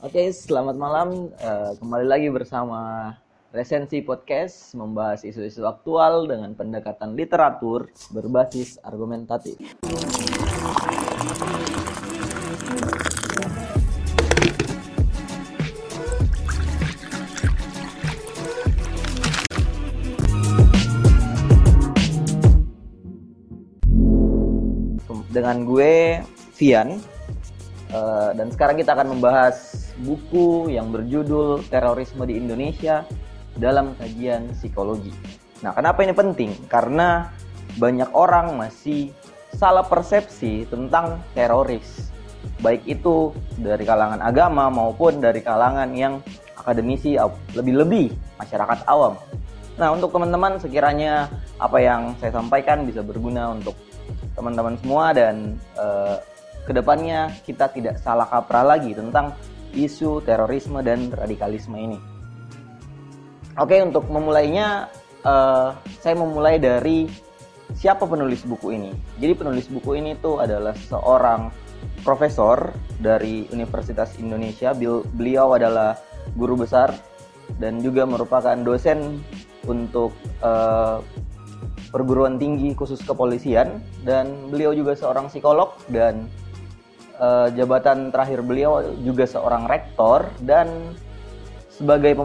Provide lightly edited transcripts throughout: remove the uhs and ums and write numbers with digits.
Oke, selamat malam. Kembali lagi bersama Resensi Podcast membahas isu-isu aktual dengan pendekatan literatur berbasis argumentatif. Dengan gue, Vian, dan sekarang kita akan membahas buku yang berjudul Terorisme di Indonesia dalam Kajian Psikologi. Nah, kenapa ini penting? Karena banyak orang masih salah persepsi tentang teroris, baik itu dari kalangan agama maupun dari kalangan yang akademisi, lebih-lebih masyarakat awam. Nah, untuk teman-teman, sekiranya apa yang saya sampaikan bisa berguna untuk teman-teman semua dan kedepannya kita tidak salah kaprah lagi tentang isu terorisme dan radikalisme ini. Oke, untuk memulainya saya memulai dari siapa penulis buku ini. Jadi penulis buku ini itu adalah seorang profesor dari Universitas Indonesia. Beliau adalah guru besar dan juga merupakan dosen untuk perguruan tinggi khusus kepolisian, dan beliau juga seorang psikolog, dan jabatan terakhir beliau juga seorang rektor dan sebagai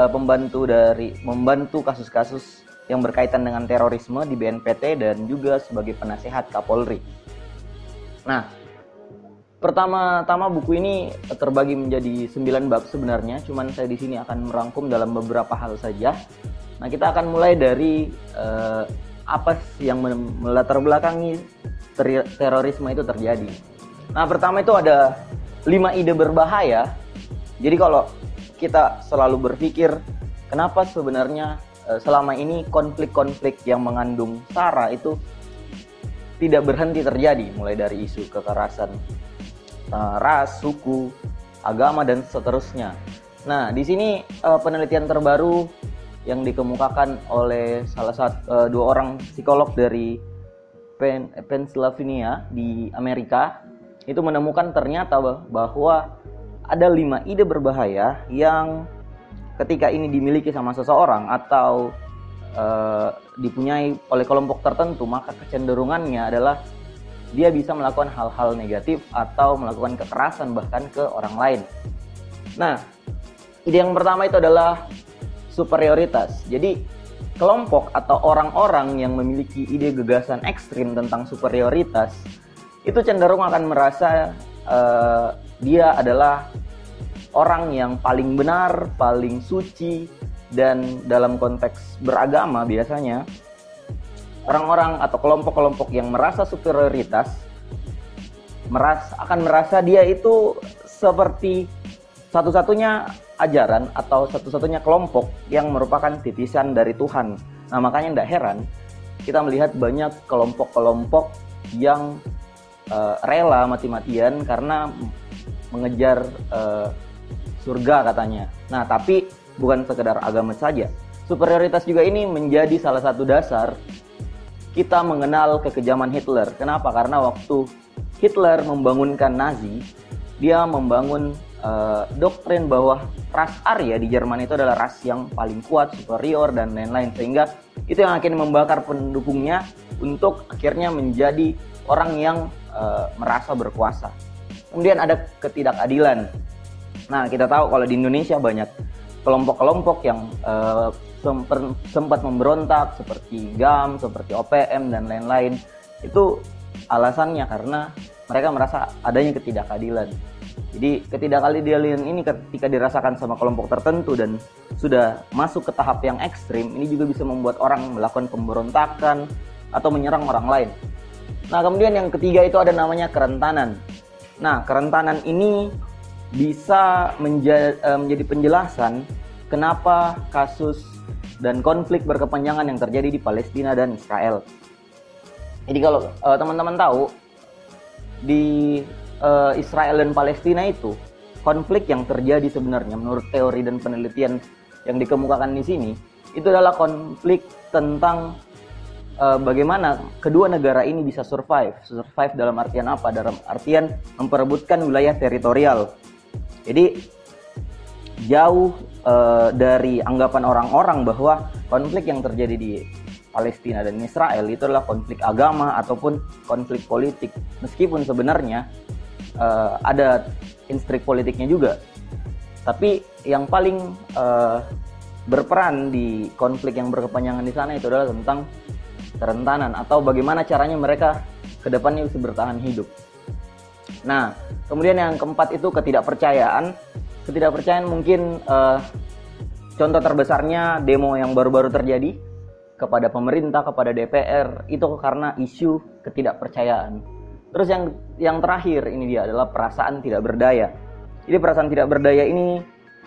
membantu kasus-kasus yang berkaitan dengan terorisme di BNPT dan juga sebagai penasehat Kapolri. Nah, pertama-tama buku ini terbagi menjadi 9 bab sebenarnya, cuman saya di sini akan merangkum dalam beberapa hal saja. Nah, kita akan mulai dari apa yang melatar belakangi terorisme itu terjadi. Nah, pertama itu ada 5 ide berbahaya. Jadi kalau kita selalu berpikir kenapa sebenarnya selama ini konflik-konflik yang mengandung SARA itu tidak berhenti terjadi, mulai dari isu kekerasan ras, suku, agama dan seterusnya. Nah, di sini penelitian terbaru yang dikemukakan oleh dua orang psikolog dari Pennsylvania di Amerika itu menemukan ternyata bahwa ada 5 ide berbahaya yang ketika ini dimiliki sama seseorang atau dipunyai oleh kelompok tertentu, maka kecenderungannya adalah dia bisa melakukan hal-hal negatif atau melakukan kekerasan bahkan ke orang lain. Nah, ide yang pertama itu adalah superioritas. Jadi kelompok atau orang-orang yang memiliki ide gagasan ekstrim tentang superioritas itu cenderung akan merasa dia adalah orang yang paling benar, paling suci, dan dalam konteks beragama biasanya orang-orang atau kelompok-kelompok yang merasa superioritas akan merasa dia itu seperti satu-satunya ajaran atau satu-satunya kelompok yang merupakan titisan dari Tuhan. Nah, makanya tidak heran kita melihat banyak kelompok-kelompok yang rela mati-matian karena mengejar surga katanya. Nah, tapi bukan sekedar agama saja. Superioritas juga ini menjadi salah satu dasar kita mengenal kekejaman Hitler. Kenapa? Karena waktu Hitler membangunkan Nazi, dia membangun doktrin bahwa ras Arya di Jerman itu adalah ras yang paling kuat, superior, dan lain-lain. Sehingga itu yang akhirnya membakar pendukungnya untuk akhirnya menjadi orang yang merasa berkuasa. Kemudian ada ketidakadilan. Nah, kita tahu kalau di Indonesia banyak kelompok-kelompok yang sempat memberontak seperti GAM, seperti OPM, dan lain-lain. Itu alasannya karena mereka merasa adanya ketidakadilan. Jadi ketidakadilan ini ketika dirasakan sama kelompok tertentu dan sudah masuk ke tahap yang ekstrim, ini juga bisa membuat orang melakukan pemberontakan atau menyerang orang lain. Nah, kemudian yang ketiga itu ada namanya kerentanan. Nah, kerentanan ini bisa menjadi penjelasan kenapa kasus dan konflik berkepanjangan yang terjadi di Palestina dan Israel. Jadi kalau teman-teman tahu, di Israel dan Palestina itu konflik yang terjadi sebenarnya menurut teori dan penelitian yang dikemukakan di sini itu adalah konflik tentang bagaimana kedua negara ini bisa survive dalam artian apa? Dalam artian memperebutkan wilayah teritorial. Jadi jauh dari anggapan orang-orang bahwa konflik yang terjadi di Palestina dan Israel itu adalah konflik agama ataupun konflik politik. Meskipun sebenarnya ada instrik politiknya juga. Tapi yang paling berperan di konflik yang berkepanjangan di sana itu adalah tentang kerentanan atau bagaimana caranya mereka ke depannya bisa bertahan hidup. Nah, kemudian yang keempat itu ketidakpercayaan. Ketidakpercayaan mungkin contoh terbesarnya demo yang baru-baru terjadi kepada pemerintah, kepada DPR, itu karena isu ketidakpercayaan. Terus yang terakhir ini dia adalah perasaan tidak berdaya. Jadi perasaan tidak berdaya ini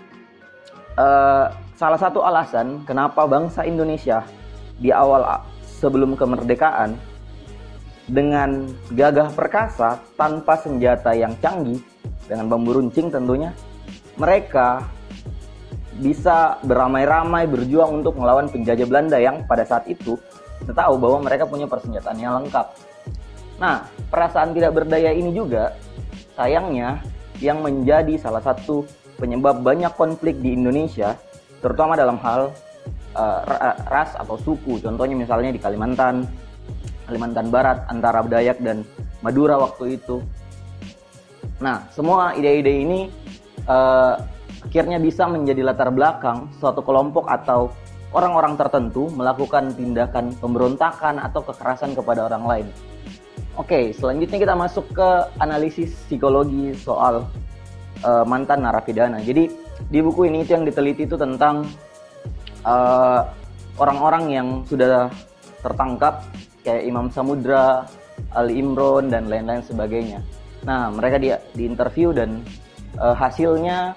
salah satu alasan kenapa bangsa Indonesia di awal sebelum kemerdekaan dengan gagah perkasa tanpa senjata yang canggih, dengan bambu runcing tentunya, mereka bisa beramai-ramai berjuang untuk melawan penjajah Belanda yang pada saat itu kita tahu bahwa mereka punya persenjataan yang lengkap. Nah, perasaan tidak berdaya ini juga sayangnya yang menjadi salah satu penyebab banyak konflik di Indonesia, terutama dalam hal ras atau suku. Contohnya misalnya di Kalimantan Barat antara Dayak dan Madura waktu itu. Nah, semua ide-ide ini akhirnya bisa menjadi latar belakang suatu kelompok atau orang-orang tertentu melakukan tindakan pemberontakan atau kekerasan kepada orang lain. Oke, selanjutnya kita masuk ke analisis psikologi soal mantan narapidana. Jadi di buku ini itu yang diteliti itu tentang orang-orang yang sudah tertangkap kayak Imam Samudra, Ali Imron dan lain-lain sebagainya. Nah, mereka diinterview dan hasilnya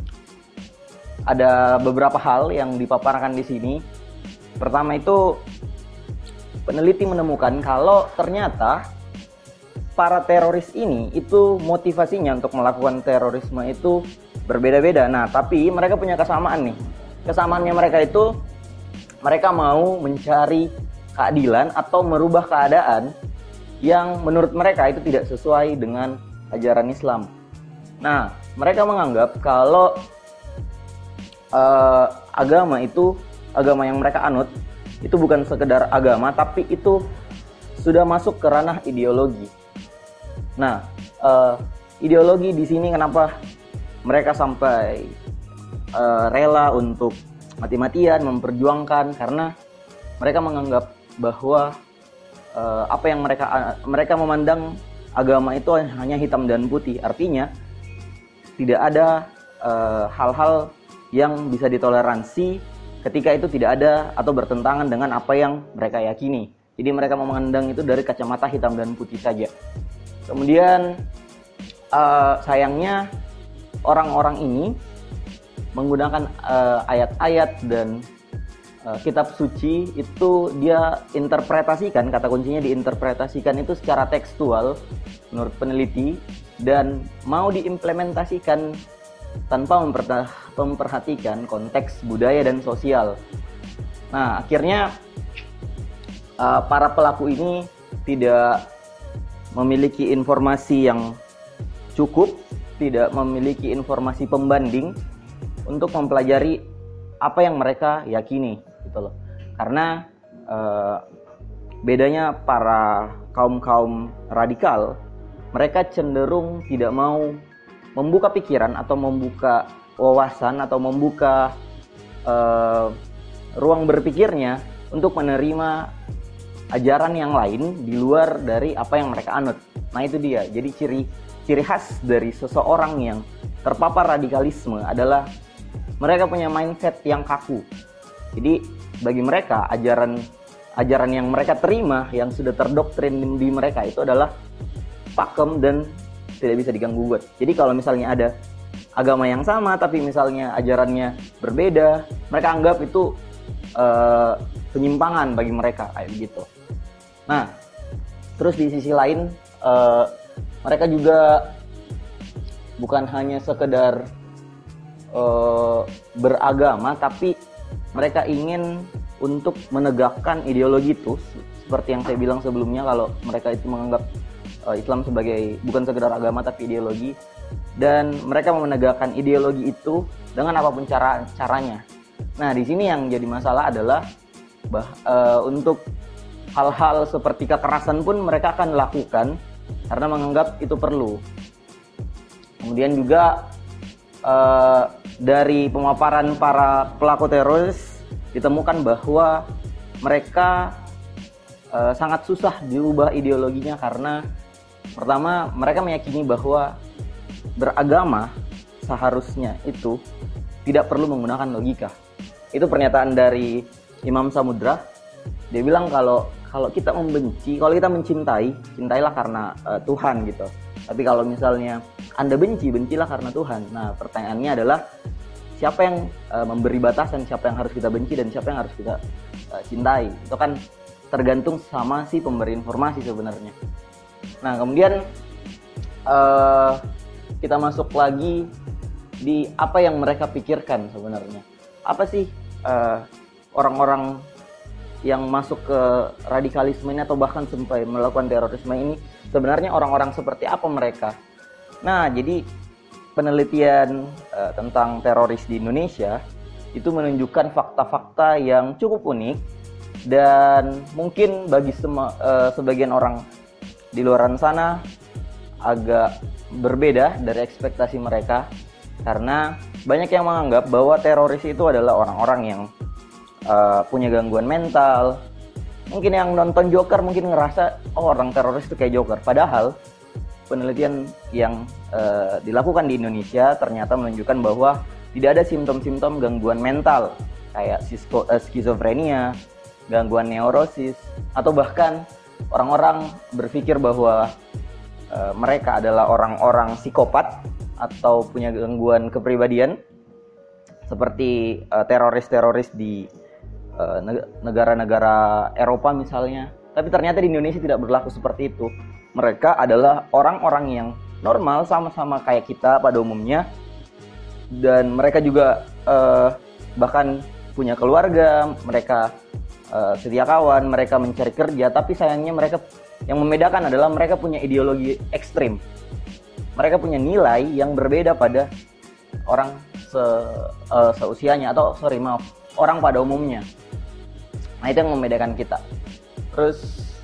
ada beberapa hal yang dipaparkan di sini. Pertama itu peneliti menemukan kalau ternyata para teroris ini itu motivasinya untuk melakukan terorisme itu berbeda-beda. Nah, tapi mereka punya kesamaan nih. Kesamaannya mereka itu mereka mau mencari keadilan atau merubah keadaan yang menurut mereka itu tidak sesuai dengan ajaran Islam. Nah, mereka menganggap kalau agama yang mereka anut itu bukan sekedar agama, tapi itu sudah masuk ke ranah ideologi. Nah, ideologi di sini kenapa mereka sampai rela untuk mati-matian memperjuangkan, karena mereka menganggap bahwa apa yang mereka memandang agama itu hanya hitam dan putih. Artinya tidak ada hal-hal yang bisa ditoleransi ketika itu tidak ada atau bertentangan dengan apa yang mereka yakini. Jadi mereka memandang itu dari kacamata hitam dan putih saja. Kemudian sayangnya orang-orang ini menggunakan ayat-ayat dan kitab suci itu dia interpretasikan, kata kuncinya diinterpretasikan itu secara tekstual menurut peneliti, dan mau diimplementasikan tanpa memperhatikan konteks budaya dan sosial. Nah, akhirnya para pelaku ini tidak memiliki informasi yang cukup, tidak memiliki informasi pembanding untuk mempelajari apa yang mereka yakini, gitu loh. Karena bedanya para kaum radikal, mereka cenderung tidak mau membuka pikiran atau membuka wawasan atau membuka ruang berpikirnya untuk menerima ajaran yang lain di luar dari apa yang mereka anut. Nah, itu dia. Jadi ciri khas dari seseorang yang terpapar radikalisme adalah mereka punya mindset yang kaku. Jadi bagi mereka ajaran yang mereka terima, yang sudah terdoktrin di mereka itu adalah pakem dan tidak bisa diganggu gugat. Jadi kalau misalnya ada agama yang sama tapi misalnya ajarannya berbeda, mereka anggap itu penyimpangan bagi mereka, kayak gitu. Nah, terus di sisi lain mereka juga bukan hanya sekedar beragama, tapi mereka ingin untuk menegakkan ideologi itu, seperti yang saya bilang sebelumnya, kalau mereka itu menganggap Islam sebagai bukan sekedar agama tapi ideologi. dan mereka menegakkan ideologi itu dengan apapun caranya. Nah, di sini yang jadi masalah adalah untuk hal-hal seperti kekerasan pun mereka akan lakukan karena menganggap itu perlu. Kemudian juga dari pemaparan para pelaku teroris ditemukan bahwa mereka sangat susah diubah ideologinya karena pertama mereka meyakini bahwa beragama seharusnya itu tidak perlu menggunakan logika. Itu pernyataan dari Imam Samudra. Dia bilang kalau kita membenci, kalau kita mencintai, cintailah karena Tuhan gitu. Tapi kalau misalnya Anda benci, bencilah karena Tuhan. Nah, pertanyaannya adalah siapa yang memberi batasan, siapa yang harus kita benci dan siapa yang harus kita cintai. Itu kan tergantung sama si pemberi informasi sebenarnya. Nah, kemudian kita masuk lagi di apa yang mereka pikirkan sebenarnya. Apa sih orang-orang yang masuk ke radikalisme ini atau bahkan sampai melakukan terorisme ini, sebenarnya orang-orang seperti apa mereka? Nah, jadi penelitian tentang teroris di Indonesia itu menunjukkan fakta-fakta yang cukup unik dan mungkin bagi sebagian orang di luar sana agak berbeda dari ekspektasi mereka, karena banyak yang menganggap bahwa teroris itu adalah orang-orang yang punya gangguan mental. Mungkin yang nonton Joker mungkin ngerasa orang teroris itu kayak Joker. Padahal penelitian yang dilakukan di Indonesia ternyata menunjukkan bahwa tidak ada simptom-simptom gangguan mental kayak skizofrenia, gangguan neurosis, atau bahkan orang-orang berpikir bahwa mereka adalah orang-orang psikopat atau punya gangguan kepribadian seperti teroris-teroris di negara-negara Eropa misalnya. Tapi ternyata di Indonesia tidak berlaku seperti itu. Mereka adalah orang-orang yang normal, sama-sama kayak kita pada umumnya, dan mereka juga bahkan punya keluarga, mereka setia kawan, mereka mencari kerja. Tapi sayangnya mereka, yang membedakan adalah mereka punya ideologi ekstrim. Mereka punya nilai yang berbeda pada orang seusianya, atau orang pada umumnya. Nah, itu yang membedakan kita. Terus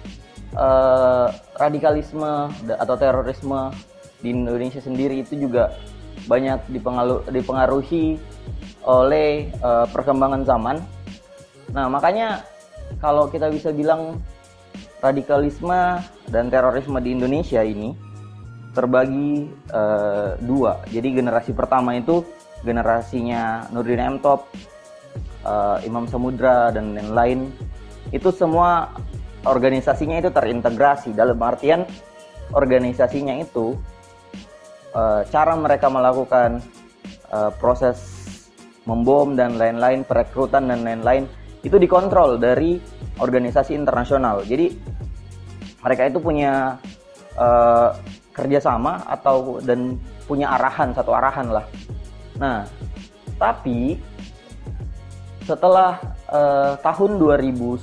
radikalisme atau terorisme di Indonesia sendiri itu juga banyak dipengaruhi oleh perkembangan zaman. Nah, makanya kalau kita bisa bilang radikalisme dan terorisme di Indonesia ini terbagi dua. Jadi generasi pertama itu generasinya Nurdin M. Top, Imam Samudra dan lain-lain. Itu semua organisasinya itu terintegrasi. Dalam artian organisasinya itu cara mereka melakukan proses membom dan lain-lain, perekrutan dan lain-lain, itu dikontrol dari organisasi internasional. Jadi mereka itu punya kerjasama dan punya satu arahan lah. Nah, tapi setelah tahun 2010,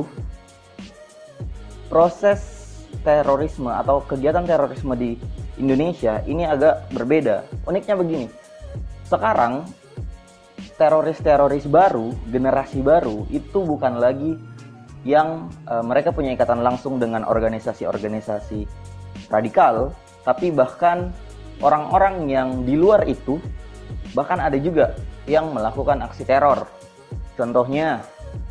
proses terorisme atau kegiatan terorisme di Indonesia ini agak berbeda. Uniknya begini, sekarang teroris-teroris baru, generasi baru, itu bukan lagi yang mereka punya ikatan langsung dengan organisasi-organisasi radikal, tapi bahkan orang-orang yang di luar itu, bahkan ada juga yang melakukan aksi teror. Contohnya,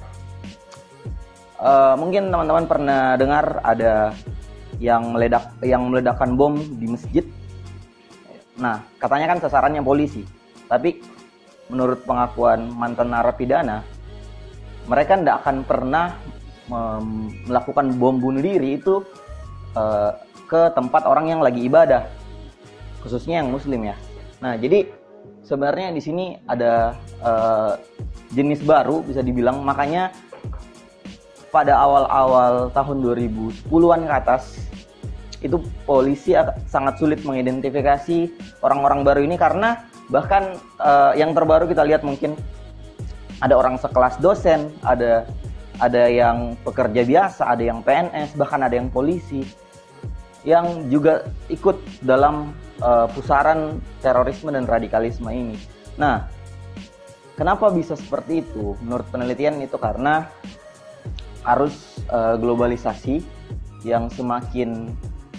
mungkin teman-teman pernah dengar ada yang meledakkan bom di masjid. Nah, katanya kan sasarannya polisi, tapi menurut pengakuan mantan narapidana, mereka tidak akan pernah melakukan bom bunuh diri itu ke tempat orang yang lagi ibadah, khususnya yang muslim ya. Nah, jadi sebenarnya di sini ada jenis baru bisa dibilang. Makanya pada awal-awal tahun 2010-an ke atas itu polisi sangat sulit mengidentifikasi orang-orang baru ini, karena bahkan yang terbaru kita lihat mungkin ada orang sekelas dosen, ada yang pekerja biasa, ada yang PNS, bahkan ada yang polisi. yang juga ikut dalam pusaran terorisme dan radikalisme ini. Nah, kenapa bisa seperti itu? Menurut penelitian itu karena arus globalisasi yang semakin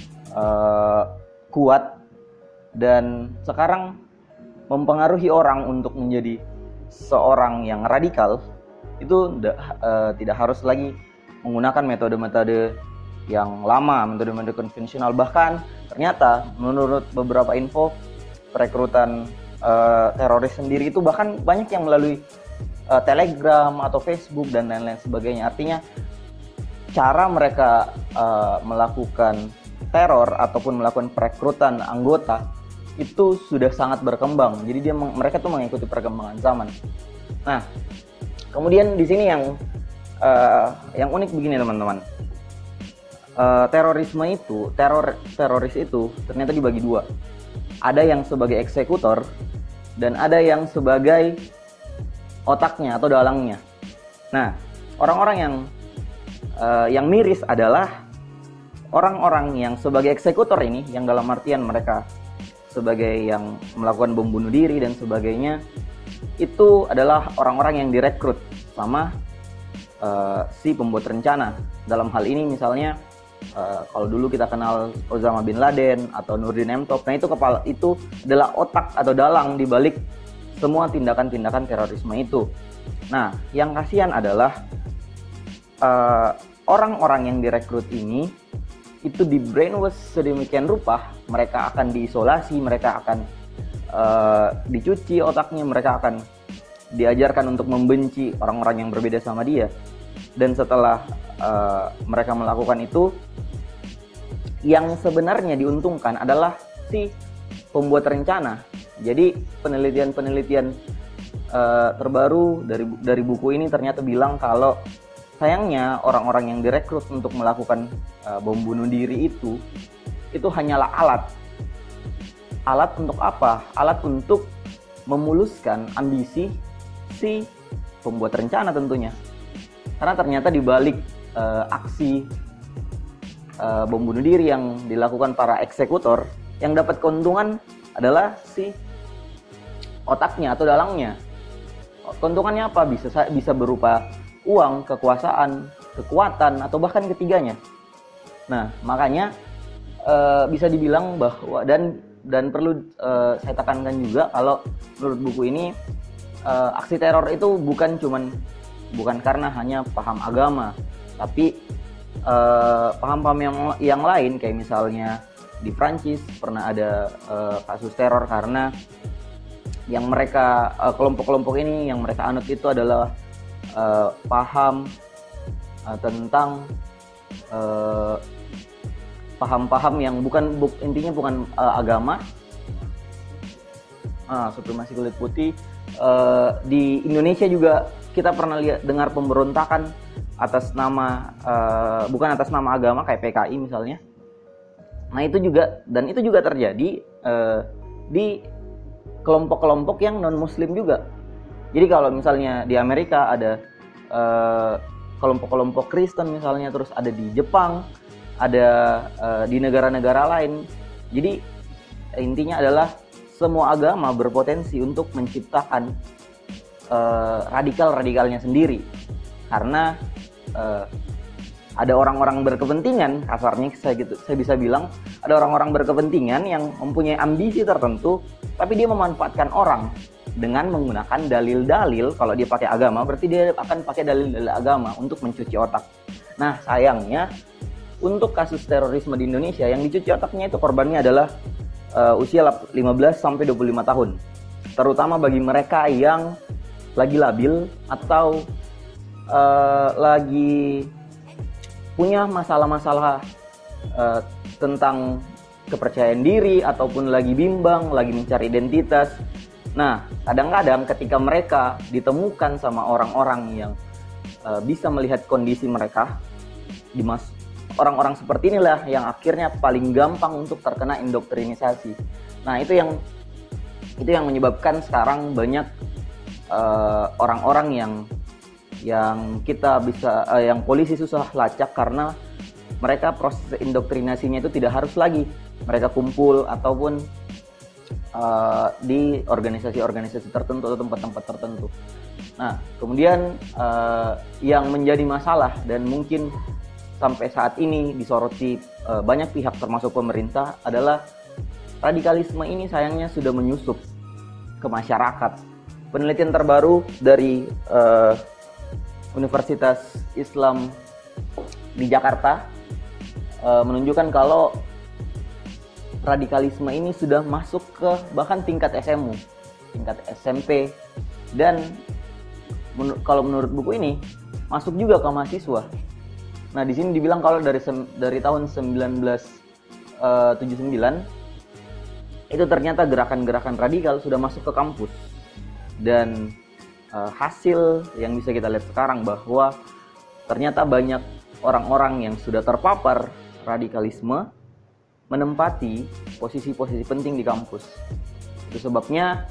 kuat dan sekarang mempengaruhi orang untuk menjadi seorang yang radikal. Itu tidak harus lagi menggunakan metode-metode yang lama, metode-metode konvensional. Bahkan ternyata menurut beberapa info, perekrutan teroris sendiri itu bahkan banyak yang melalui Telegram atau Facebook dan lain-lain sebagainya. Artinya cara mereka melakukan teror ataupun melakukan perekrutan anggota itu sudah sangat berkembang. Jadi mereka tuh mengikuti perkembangan zaman. Nah, kemudian di sini yang unik begini teman-teman. Teroris itu ternyata dibagi dua. Ada yang sebagai eksekutor dan ada yang sebagai otaknya atau dalangnya. Nah, orang-orang yang miris adalah orang-orang yang sebagai eksekutor ini, yang dalam artian mereka sebagai yang melakukan bom bunuh diri dan sebagainya, itu adalah orang-orang yang direkrut sama si pembuat rencana. Dalam hal ini misalnya kalau dulu kita kenal Osama bin Laden atau Nurdin M. Top, nah itu adalah otak atau dalang di balik semua tindakan-tindakan terorisme itu. Nah, yang kasihan adalah orang-orang yang direkrut ini itu di brainwash sedemikian rupa, mereka akan diisolasi, mereka akan dicuci otaknya, mereka akan diajarkan untuk membenci orang-orang yang berbeda sama dia. Dan setelah mereka melakukan itu, yang sebenarnya diuntungkan adalah si pembuat rencana. Jadi penelitian-penelitian terbaru dari buku ini ternyata bilang kalau sayangnya orang-orang yang direkrut untuk melakukan bom bunuh diri itu hanyalah alat. Alat untuk apa? Alat untuk memuluskan ambisi si pembuat rencana tentunya. Karena ternyata di balik aksi bom bunuh diri yang dilakukan para eksekutor, yang dapat keuntungan adalah si otaknya atau dalangnya. Keuntungannya apa? Bisa berupa uang, kekuasaan, kekuatan, atau bahkan ketiganya. Nah, makanya bisa dibilang bahwa dan perlu saya tekankan juga kalau menurut buku ini aksi teror itu bukan karena hanya paham agama, tapi paham-paham yang lain. Kayak misalnya di Prancis pernah ada kasus teror karena yang mereka kelompok-kelompok ini yang mereka anut itu adalah paham tentang paham-paham yang intinya bukan agama, supremasi kulit putih. Di Indonesia juga kita pernah dengar pemberontakan atas nama bukan atas nama agama kayak PKI misalnya. Nah itu juga terjadi di kelompok-kelompok yang non Muslim juga. Jadi kalau misalnya di Amerika ada kelompok-kelompok Kristen misalnya, terus ada di Jepang, ada di negara-negara lain. Jadi intinya adalah semua agama berpotensi untuk menciptakan radikal-radikalnya sendiri. Karena ada orang-orang berkepentingan, kasarnya saya bisa bilang, ada orang-orang berkepentingan yang mempunyai ambisi tertentu, tapi dia memanfaatkan orang dengan menggunakan dalil-dalil. Kalau dia pakai agama, berarti dia akan pakai dalil-dalil agama untuk mencuci otak. Nah, sayangnya untuk kasus terorisme di Indonesia yang dicuci otaknya itu korbannya adalah usia 15 sampai 25 tahun. Terutama bagi mereka yang lagi labil atau lagi punya masalah-masalah tentang kepercayaan diri ataupun lagi bimbang, lagi mencari identitas. Nah, kadang-kadang ketika mereka ditemukan sama orang-orang yang bisa melihat kondisi mereka, orang-orang seperti inilah yang akhirnya paling gampang untuk terkena indoktrinisasi. Nah, itu yang menyebabkan sekarang banyak orang-orang yang polisi susah lacak karena mereka proses indoktrinasinya itu tidak harus lagi mereka kumpul ataupun di organisasi-organisasi tertentu atau tempat-tempat tertentu. Nah, kemudian yang menjadi masalah dan mungkin sampai saat ini disoroti banyak pihak termasuk pemerintah adalah radikalisme ini sayangnya sudah menyusup ke masyarakat. Penelitian terbaru dari Universitas Islam di Jakarta menunjukkan kalau radikalisme ini sudah masuk ke bahkan tingkat SMU, tingkat SMP, dan kalau menurut buku ini masuk juga ke mahasiswa. Nah, di sini dibilang kalau dari tahun 1979 itu ternyata gerakan-gerakan radikal sudah masuk ke kampus. Dan hasil yang bisa kita lihat sekarang bahwa ternyata banyak orang-orang yang sudah terpapar radikalisme menempati posisi-posisi penting di kampus. Itu sebabnya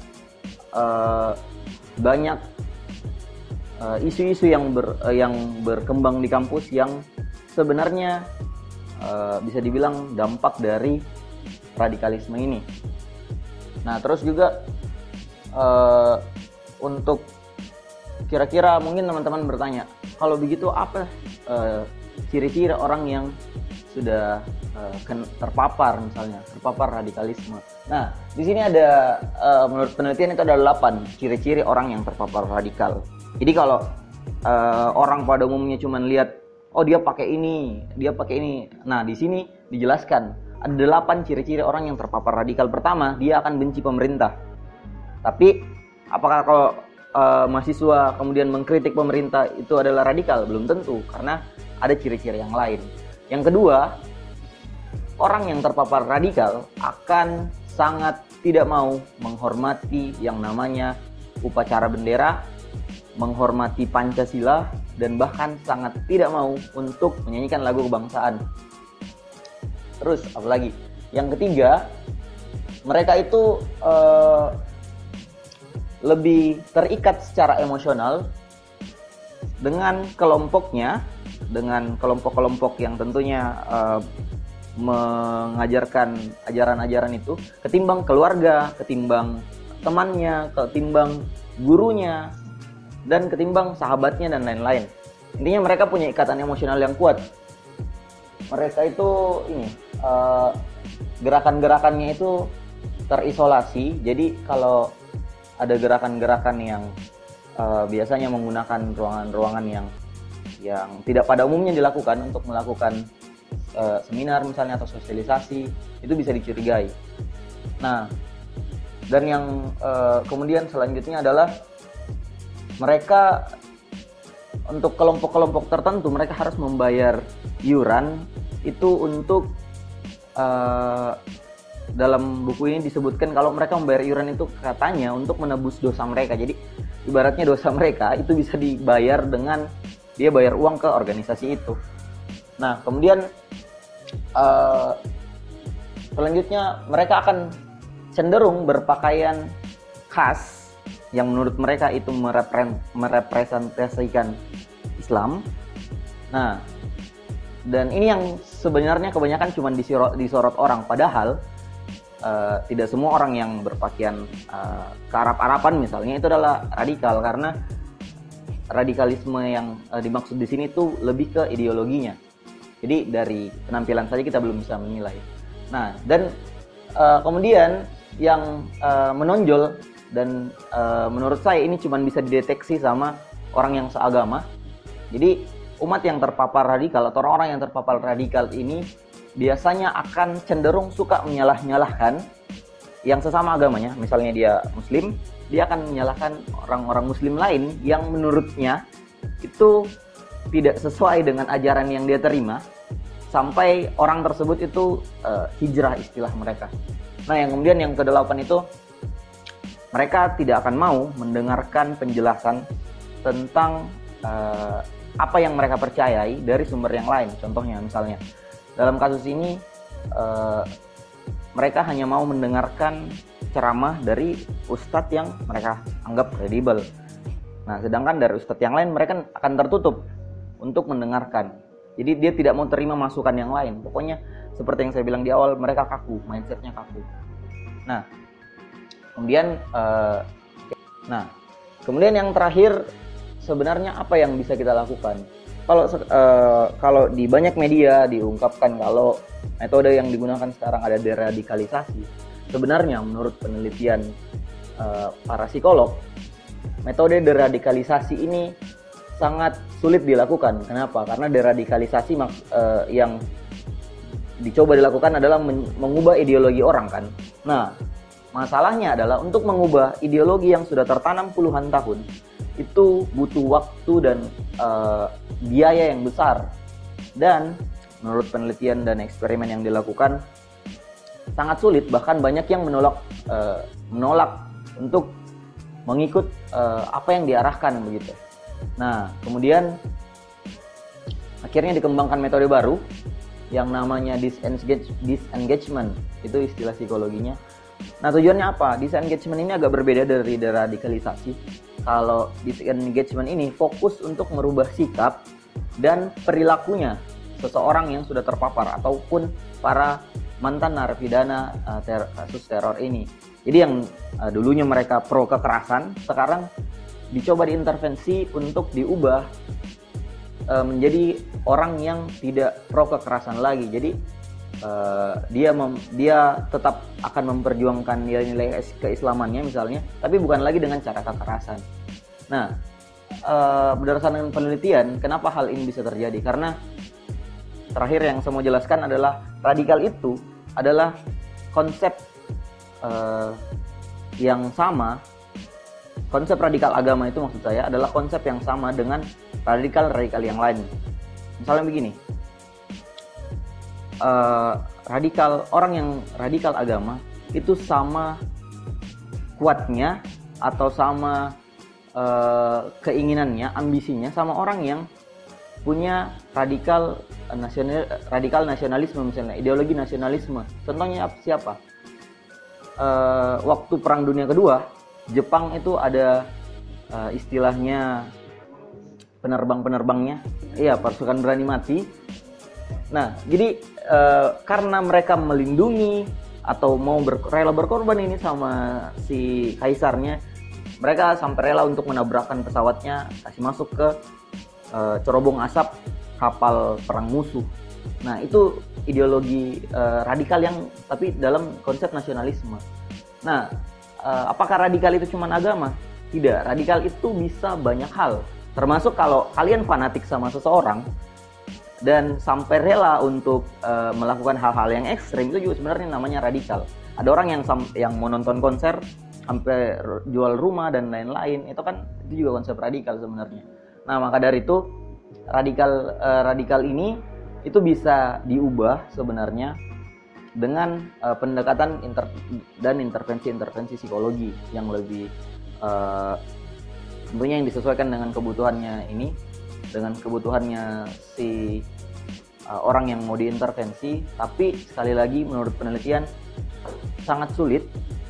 banyak isu-isu yang berkembang di kampus yang sebenarnya bisa dibilang dampak dari radikalisme ini. Nah, terus juga untuk kira-kira mungkin teman-teman bertanya, kalau begitu apa ciri-ciri orang yang sudah terpapar radikalisme. Nah, di sini ada menurut penelitian itu ada 8 ciri-ciri orang yang terpapar radikal. Jadi kalau orang pada umumnya cuma lihat, oh dia pakai ini. Nah, di sini dijelaskan ada 8 ciri-ciri orang yang terpapar radikal. Pertama, dia akan benci pemerintah. Tapi apakah kalau mahasiswa kemudian mengkritik pemerintah itu adalah radikal? Belum tentu, karena ada ciri-ciri yang lain. Yang kedua, orang yang terpapar radikal akan sangat tidak mau menghormati yang namanya upacara bendera, menghormati Pancasila, dan bahkan sangat tidak mau untuk menyanyikan lagu kebangsaan. Terus apalagi? Yang ketiga, mereka itu lebih terikat secara emosional dengan kelompoknya, dengan kelompok-kelompok yang tentunya mengajarkan ajaran-ajaran itu, ketimbang keluarga, ketimbang temannya, ketimbang gurunya, dan ketimbang sahabatnya dan lain-lain. Intinya mereka punya ikatan emosional yang kuat. Mereka itu gerakan-gerakannya itu terisolasi. Jadi kalau ada gerakan-gerakan yang biasanya menggunakan ruangan-ruangan yang tidak pada umumnya dilakukan untuk melakukan seminar misalnya atau sosialisasi, itu bisa dicurigai. Nah, dan yang kemudian selanjutnya adalah mereka untuk kelompok-kelompok tertentu mereka harus membayar iuran itu untuk dalam buku ini disebutkan kalau mereka membayar iuran itu katanya untuk menebus dosa mereka. Jadi ibaratnya dosa mereka itu bisa dibayar dengan dia bayar uang ke organisasi itu. Nah, kemudian selanjutnya mereka akan cenderung berpakaian khas yang menurut mereka itu merepresentasikan Islam. Nah, dan ini yang sebenarnya kebanyakan cuma disorot orang, padahal tidak semua orang yang berpakaian kearab-araban misalnya itu adalah radikal, karena radikalisme yang dimaksud di sini itu lebih ke ideologinya. Jadi dari penampilan saja kita belum bisa menilai. Nah, dan kemudian yang menonjol dan menurut saya ini cuma bisa dideteksi sama orang yang seagama. Jadi umat yang terpapar radikal atau orang-orang yang terpapar radikal ini biasanya akan cenderung suka menyalah-nyalahkan yang sesama agamanya. Misalnya dia Muslim, dia akan menyalahkan orang-orang Muslim lain yang menurutnya itu tidak sesuai dengan ajaran yang dia terima, sampai orang tersebut itu hijrah istilah mereka. Nah, yang kemudian yang ke-8 itu mereka tidak akan mau mendengarkan penjelasan tentang apa yang mereka percayai dari sumber yang lain. Contohnya misalnya dalam kasus ini mereka hanya mau mendengarkan ceramah dari ustadz yang mereka anggap kredibel. Nah, sedangkan dari ustadz yang lain mereka akan tertutup untuk mendengarkan. Jadi dia tidak mau terima masukan yang lain. Pokoknya seperti yang saya bilang di awal, mereka kaku, mindsetnya kaku. Nah, kemudian yang terakhir, sebenarnya apa yang bisa kita lakukan? Kalau di banyak media diungkapkan kalau metode yang digunakan sekarang ada deradikalisasi. Sebenarnya menurut penelitian para psikolog, metode deradikalisasi ini sangat sulit dilakukan. Kenapa? Karena deradikalisasi yang dicoba dilakukan adalah mengubah ideologi orang kan. Nah, masalahnya adalah untuk mengubah ideologi yang sudah tertanam puluhan tahun itu butuh waktu dan biaya yang besar. Dan menurut penelitian dan eksperimen yang dilakukan sangat sulit, bahkan banyak yang menolak untuk mengikut apa yang diarahkan begitu. Nah, kemudian akhirnya dikembangkan metode baru yang namanya disengagement, itu istilah psikologinya. Nah, tujuannya apa? Disengagement ini agak berbeda dari deradikalisasi. Kalau disengagement ini fokus untuk merubah sikap dan perilakunya seseorang yang sudah terpapar ataupun para mantan narapidana kasus teror ini. Jadi yang dulunya mereka pro kekerasan, sekarang dicoba diintervensi untuk diubah menjadi orang yang tidak pro kekerasan lagi. Jadi dia tetap akan memperjuangkan nilai-nilai keislamannya misalnya, tapi bukan lagi dengan cara kekerasan. Nah, berdasarkan penelitian, kenapa hal ini bisa terjadi? Karena terakhir yang saya mau jelaskan adalah radikal itu adalah konsep yang sama. Konsep radikal agama itu maksud saya adalah konsep yang sama dengan radikal yang lain. Misalnya begini, orang yang radikal agama itu sama kuatnya atau sama keinginannya, ambisinya sama orang yang punya radikal nasionalisme misalnya, ideologi nasionalisme. Contohnya siapa? Waktu Perang Dunia Kedua, Jepang itu ada istilahnya penerbangnya, pasukan berani mati. Nah, jadi karena mereka melindungi atau mau rela berkorban ini sama si kaisarnya, mereka sampai rela untuk menabrakkan pesawatnya, kasih masuk ke cerobong asap kapal perang musuh. Nah, itu ideologi radikal yang tapi dalam konsep nasionalisme. Nah, apakah radikal itu cuma agama? Tidak, radikal itu bisa banyak hal. Termasuk kalau kalian fanatik sama seseorang dan sampai rela untuk melakukan hal-hal yang ekstrim, itu juga sebenarnya namanya radikal. Ada orang yang mau nonton konser sampai jual rumah dan lain-lain, itu juga konsep radikal sebenarnya. Nah, maka dari itu radikal ini itu bisa diubah sebenarnya dengan pendekatan dan intervensi psikologi yang lebih tentunya yang disesuaikan dengan kebutuhannya ini, dengan kebutuhannya si orang yang mau diintervensi. Tapi sekali lagi menurut penelitian sangat sulit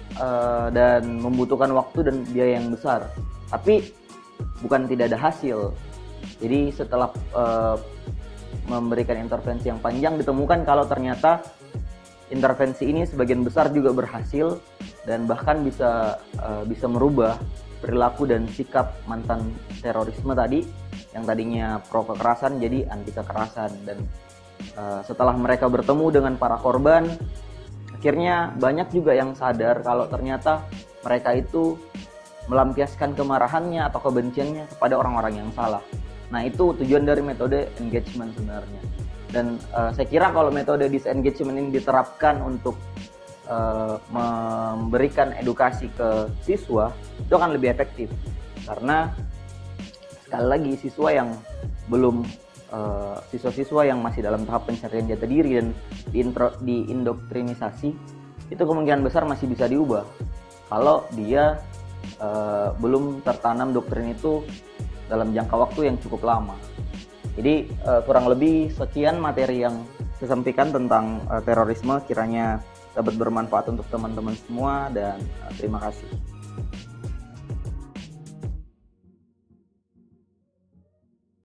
dan membutuhkan waktu dan biaya yang besar. Tapi bukan tidak ada hasil. Jadi setelah memberikan intervensi yang panjang, ditemukan kalau ternyata intervensi ini sebagian besar juga berhasil dan bahkan bisa merubah perilaku dan sikap mantan terorisme tadi yang tadinya pro kekerasan jadi anti kekerasan. Dan setelah mereka bertemu dengan para korban, akhirnya banyak juga yang sadar kalau ternyata mereka itu melampiaskan kemarahannya atau kebenciannya kepada orang-orang yang salah. Nah, itu tujuan dari metode engagement sebenarnya. Dan saya kira kalau metode disengagement ini diterapkan untuk memberikan edukasi ke siswa, itu akan lebih efektif. Karena sekali lagi siswa-siswa yang masih dalam tahap pencarian jati diri dan diindoktrinisasi, itu kemungkinan besar masih bisa diubah kalau dia belum tertanam doktrin itu dalam jangka waktu yang cukup lama. Jadi kurang lebih sekian materi yang saya sampaikan tentang terorisme, kiranya dapat bermanfaat untuk teman-teman semua dan terima kasih.